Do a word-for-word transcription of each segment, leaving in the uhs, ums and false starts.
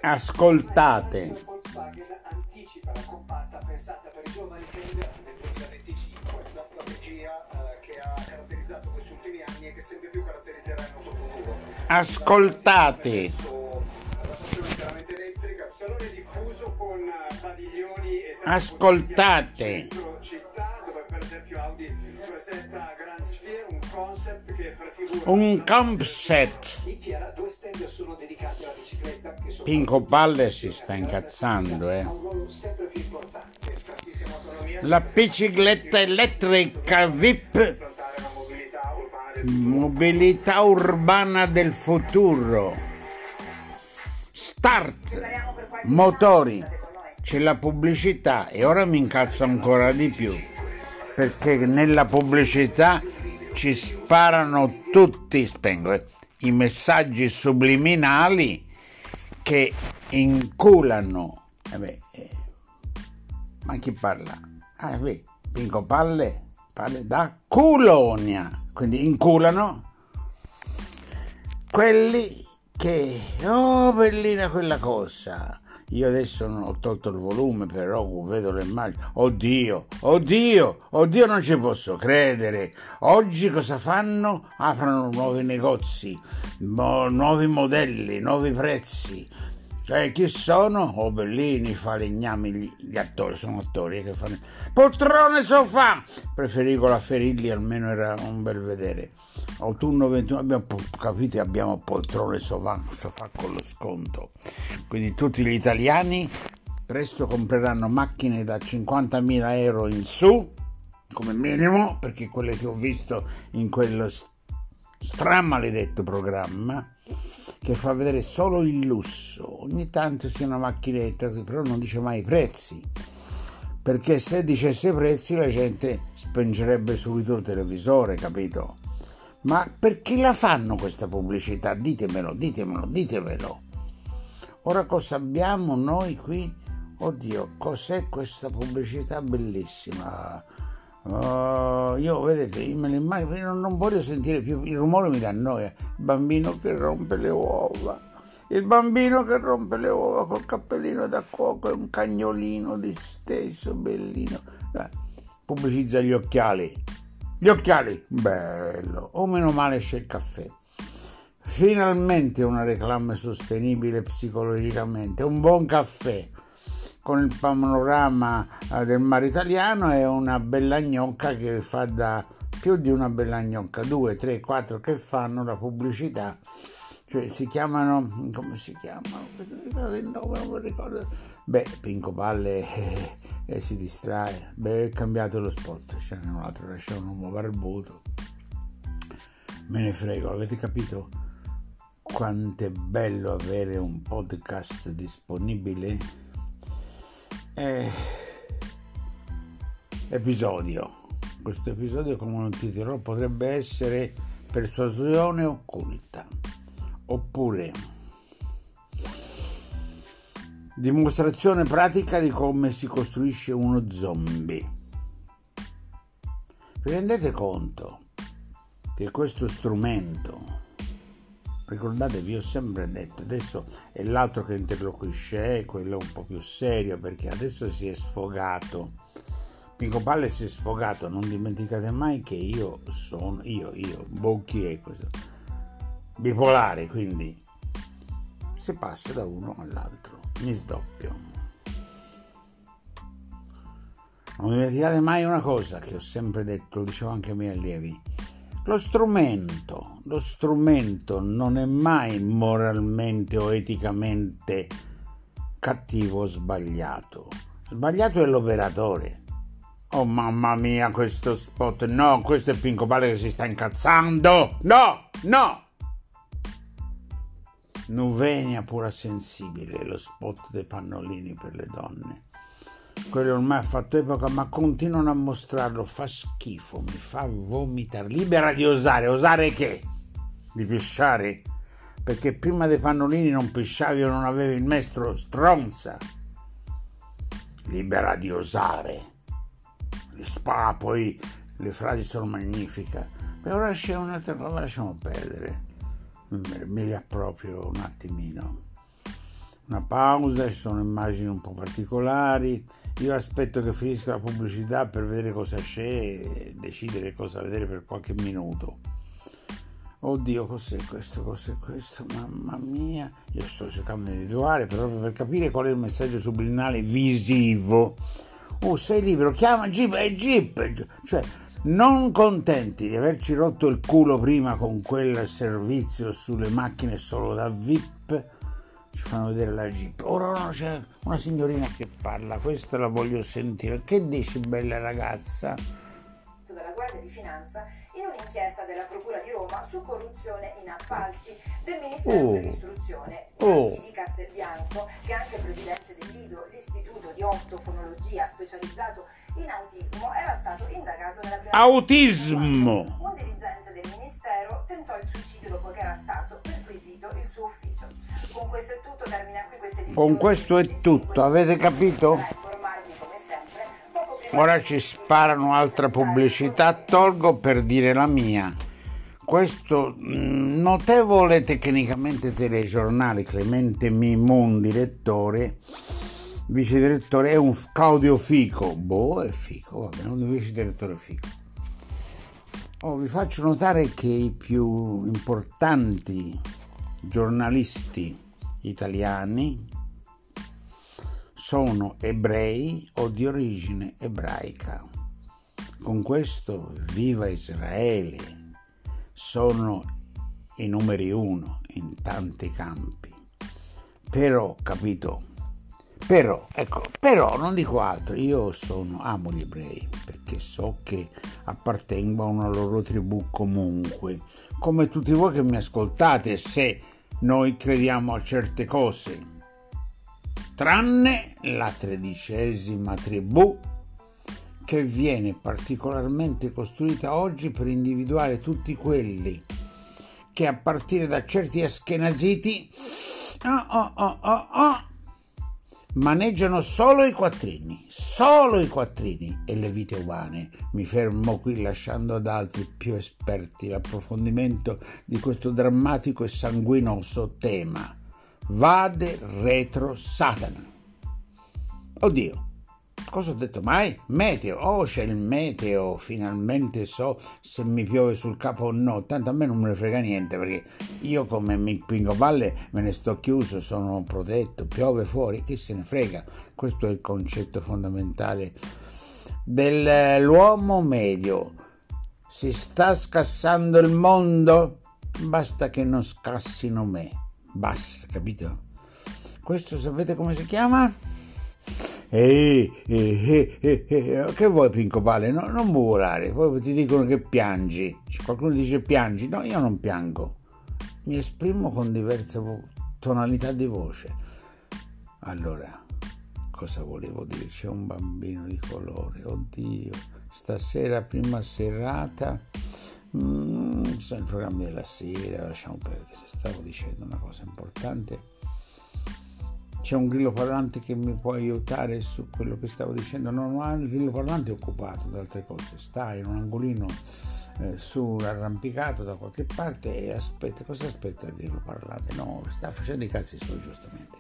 Ascoltate. Volkswagen anticipa la compatta pensata per i giovani tender nel duemilaventicinque, la strategia eh, che ha caratterizzato questi ultimi anni e che sempre più caratterizzerà il nostro futuro. Ascoltate. La stazione interamente elettrica, salone diffuso con padiglioni e Ascoltate. centro città, dove per esempio Audi presenta Grand Sphere, un concept che prefigura Un concept. in fiera. Due stand sono dedicati alla bicicletta che sono Pinco Palle si sta incazzando, eh. ha un ruolo sempre più importante, tantissima autonomia, La bicicletta elettrica V I P, affrontare la mobilità urbana del futuro. mobilità urbana del futuro. Start, motori, c'è la pubblicità e ora mi incazzo ancora di più, perché nella pubblicità ci sparano tutti, spengo, eh, i messaggi subliminali che inculano. Eh beh, eh, ma chi parla? Ah, beh, Pinco Palle, palle da Culonia, quindi inculano quelli che, oh bellina quella cosa. Io adesso non ho tolto il volume, però vedo le immagini. Oddio, oddio, oddio, non ci posso credere. Oggi cosa fanno? Aprono nuovi negozi, mo- nuovi modelli, nuovi prezzi. Cioè, chi sono? Oh, Bellini, Falegnami, gli, gli attori, sono attori che fanno... Poltrone sofà! Preferivo la Ferilli, almeno era un bel vedere. Autunno ventuno, abbiamo capito, abbiamo poltrone sofà, sofà con lo sconto. Quindi tutti gli italiani presto compreranno macchine da cinquantamila euro in su, come minimo, perché quelle che ho visto in quello stramaledetto programma, che fa vedere solo il lusso. Ogni tanto sia una macchinetta, però non dice mai i prezzi, perché se dicesse i prezzi la gente spengerebbe subito il televisore, capito? Ma perché la fanno questa pubblicità? Ditemelo, ditemelo, ditemelo. Ora cosa abbiamo noi qui? Oddio, cos'è questa pubblicità bellissima? Uh, io vedete, io me l'immagino, non voglio sentire più, il rumore mi dà noia. Il bambino che rompe le uova, il bambino che rompe le uova col cappellino da cuoco e un cagnolino disteso, bellino. Eh, pubblicizza gli occhiali, gli occhiali, bello. O meno male c'è il caffè. Finalmente una reclama sostenibile psicologicamente, un buon caffè con il panorama del mare italiano e una bella gnocca che fa da più di una bella gnocca, due, tre, quattro che fanno la pubblicità, cioè si chiamano, come si chiamano? Il nome non mi ricordo. Beh, Pinco Palle eh, eh, si distrae, beh, è cambiato lo spot, c'è un altro, c'è un uomo barbuto, me ne frego, avete capito quanto è bello avere un podcast disponibile? Eh, episodio questo episodio, come lo titolerò, potrebbe essere persuasione occulta, oppure dimostrazione pratica di come si costruisce uno zombie. Vi rendete conto che questo strumento, ricordatevi, ho sempre detto, adesso è l'altro che interloquisce, è quello un po' più serio, perché adesso si è sfogato. Pinco Palle si è sfogato, non dimenticate mai che io sono, io, io, boh, chi è questo? Bipolare, quindi si passa da uno all'altro, mi sdoppio. Non dimenticate mai una cosa che ho sempre detto, lo dicevo anche ai miei allievi. Lo strumento, lo strumento non è mai moralmente o eticamente cattivo o sbagliato. Sbagliato è l'operatore. Oh mamma mia, questo spot, no, questo è Pinco Palle che si sta incazzando. No, no. Nuvenia pura sensibile, lo spot dei pannolini per le donne. Quello ormai ha fatto epoca, ma continuano a mostrarlo, fa schifo, mi fa vomitare. Libera di osare, osare che? Di pisciare? Perché prima dei pannolini non pisciavi o non avevi il mestro, stronza. Libera di osare. Spa, poi le frasi sono magnifiche. E ora c'è un'altra cosa, lasciamo perdere. Mi riapproprio un attimino. una pausa, ci sono immagini un po' particolari. Io aspetto che finisca la pubblicità per vedere cosa c'è e decidere cosa vedere per qualche minuto. Oddio, cos'è questo, cos'è questo, mamma mia. Io sto cercando di individuare proprio per capire qual è il messaggio subliminale visivo. Oh, sei libero, chiama Jeep, è Jeep. Cioè, non contenti di averci rotto il culo prima con quel servizio sulle macchine solo da V I P, ci fanno vedere la Jeep. Ora no, c'è una signorina che parla, questa la voglio sentire. Che dici, bella ragazza? Della Guardia di Finanza in un'inchiesta della Procura di Roma su corruzione in appalti del Ministero oh. dell'Istruzione. Oh. Di Castelbianco, che è anche presidente dell'Ido, l'Istituto di Ortofonologia specializzato in autismo, era stato indagato nella prima autismo. Un dirigente del Ministero tentò il suicidio dopo che era stato perquisito il suo ufficio. Con questo è tutto, termina qui questa edizione. Con questo è tutto, avete capito? Ora ci sparano altra pubblicità, tolgo per dire la mia. Questo notevole tecnicamente telegiornale, Clemente Mimon, direttore, vice direttore, è un Claudio Fico. Boh, è Fico, va bene, un vice direttore Fico. Oh, vi faccio notare che i più importanti giornalisti italiani sono ebrei o di origine ebraica. Con questo viva Israele, sono i numeri uno in tanti campi. Però, capito? Però, ecco, però non dico altro, io sono, amo gli ebrei perché so che appartengono a una loro tribù comunque, come tutti voi che mi ascoltate, se noi crediamo a certe cose. Tranne la tredicesima tribù, che viene particolarmente costruita oggi per individuare tutti quelli che a partire da certi askenaziti oh, oh, oh, oh, oh, maneggiano solo i quattrini, solo i quattrini e le vite umane. Mi fermo qui lasciando ad altri più esperti l'approfondimento di questo drammatico e sanguinoso tema. Vade retro Satana. Oddio, cosa ho detto mai? Meteo, oh c'è il meteo, finalmente so se mi piove sul capo o no, tanto a me non me ne frega niente perché io come mi pingo palle me ne sto chiuso, sono protetto, piove fuori, chi se ne frega. Questo è il concetto fondamentale dell'uomo medio. Si sta scassando il mondo, basta che non scassino me. Basta, capito? Questo sapete come si chiama? Ehi, eh, eh, eh, che vuoi Pinco Pale? No, non volare, poi ti dicono che piangi. Qualcuno dice piangi, no, io non piango. Mi esprimo con diverse vo- tonalità di voce. Allora, cosa volevo dire? C'è un bambino di colore, oddio, stasera prima serata. Mm, sono i programmi della sera, lasciamo perdere, stavo dicendo una cosa importante. C'è un grillo parlante che mi può aiutare su quello che stavo dicendo? No, no, il grillo parlante è occupato da altre cose, sta in un angolino eh, su arrampicato da qualche parte e aspetta, cosa aspetta il grillo parlante? No, sta facendo i cazzi suoi giustamente.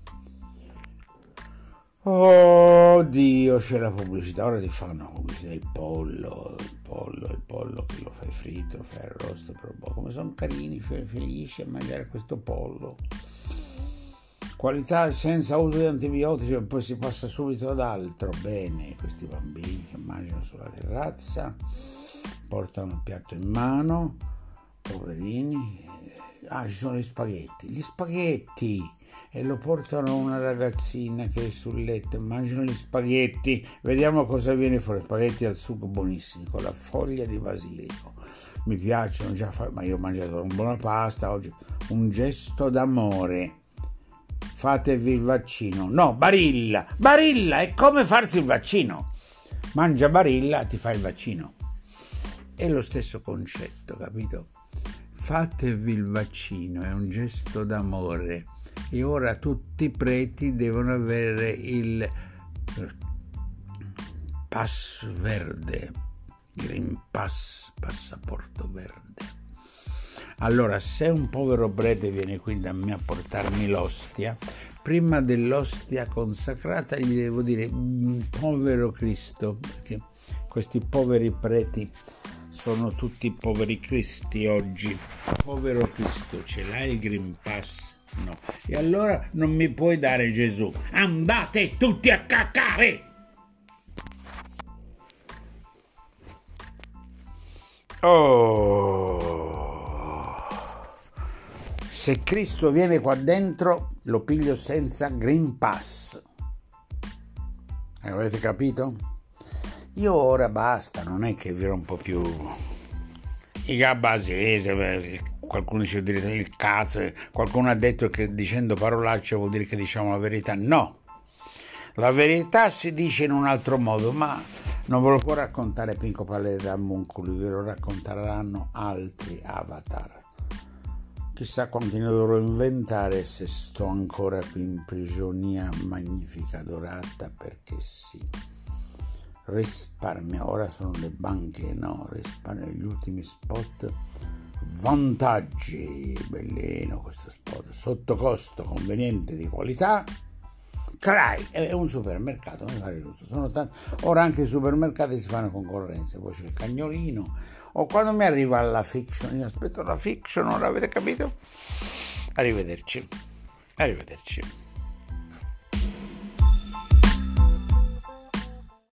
Oh Dio, c'è la pubblicità, ora ti fanno la pubblicità del pollo, il pollo, il pollo che lo fai fritto, lo fai arrosto, però boh, come sono carini, felici a mangiare questo pollo. Qualità senza uso di antibiotici e poi si passa subito ad altro. Bene, questi bambini che mangiano sulla terrazza, portano un piatto in mano, poverini. Ah, ci sono gli spaghetti, gli spaghetti! E lo portano una ragazzina che è sul letto e mangiano gli spaghetti. Vediamo cosa viene fuori. Spaghetti al sugo buonissimi con la foglia di basilico. Mi piacciono già, ma io ho mangiato una buona pasta oggi. Un gesto d'amore. Fatevi il vaccino. No, Barilla. Barilla è come farsi il vaccino. Mangia Barilla, ti fai il vaccino. È lo stesso concetto, capito? Fatevi il vaccino, è un gesto d'amore. E ora tutti i preti devono avere il pass verde, Green Pass, passaporto verde. Allora, se un povero prete viene qui da me a portarmi l'ostia, prima dell'ostia consacrata gli devo dire povero Cristo, perché questi poveri preti sono tutti poveri cristi oggi. Povero Cristo, ce l'hai il Green Pass? No. E allora non mi puoi dare Gesù. Andate tutti a cacare! Oh, se Cristo viene qua dentro lo piglio senza Green Pass. Avete capito? Io ora basta, non è che vi rompo più i gabbasese, qualcuno dice il cazzo, qualcuno ha detto che dicendo parolacce vuol dire che diciamo la verità. No, la verità si dice in un altro modo, ma non ve lo può raccontare Pinco Pallese da Monculi, ve lo racconteranno altri avatar. Chissà quanti ne dovrò inventare se sto ancora qui in prigionia magnifica dorata, perché sì. Risparmio, ora sono le banche, no, risparmio, gli ultimi spot, vantaggi, bellino questo spot, sotto costo, conveniente, di qualità. Crai, è un supermercato, mi pare giusto. Sono tanti. Ora anche i supermercati si fanno concorrenza, poi c'è il cagnolino. O quando mi arriva la fiction, io aspetto la fiction, ora avete capito? Arrivederci, arrivederci.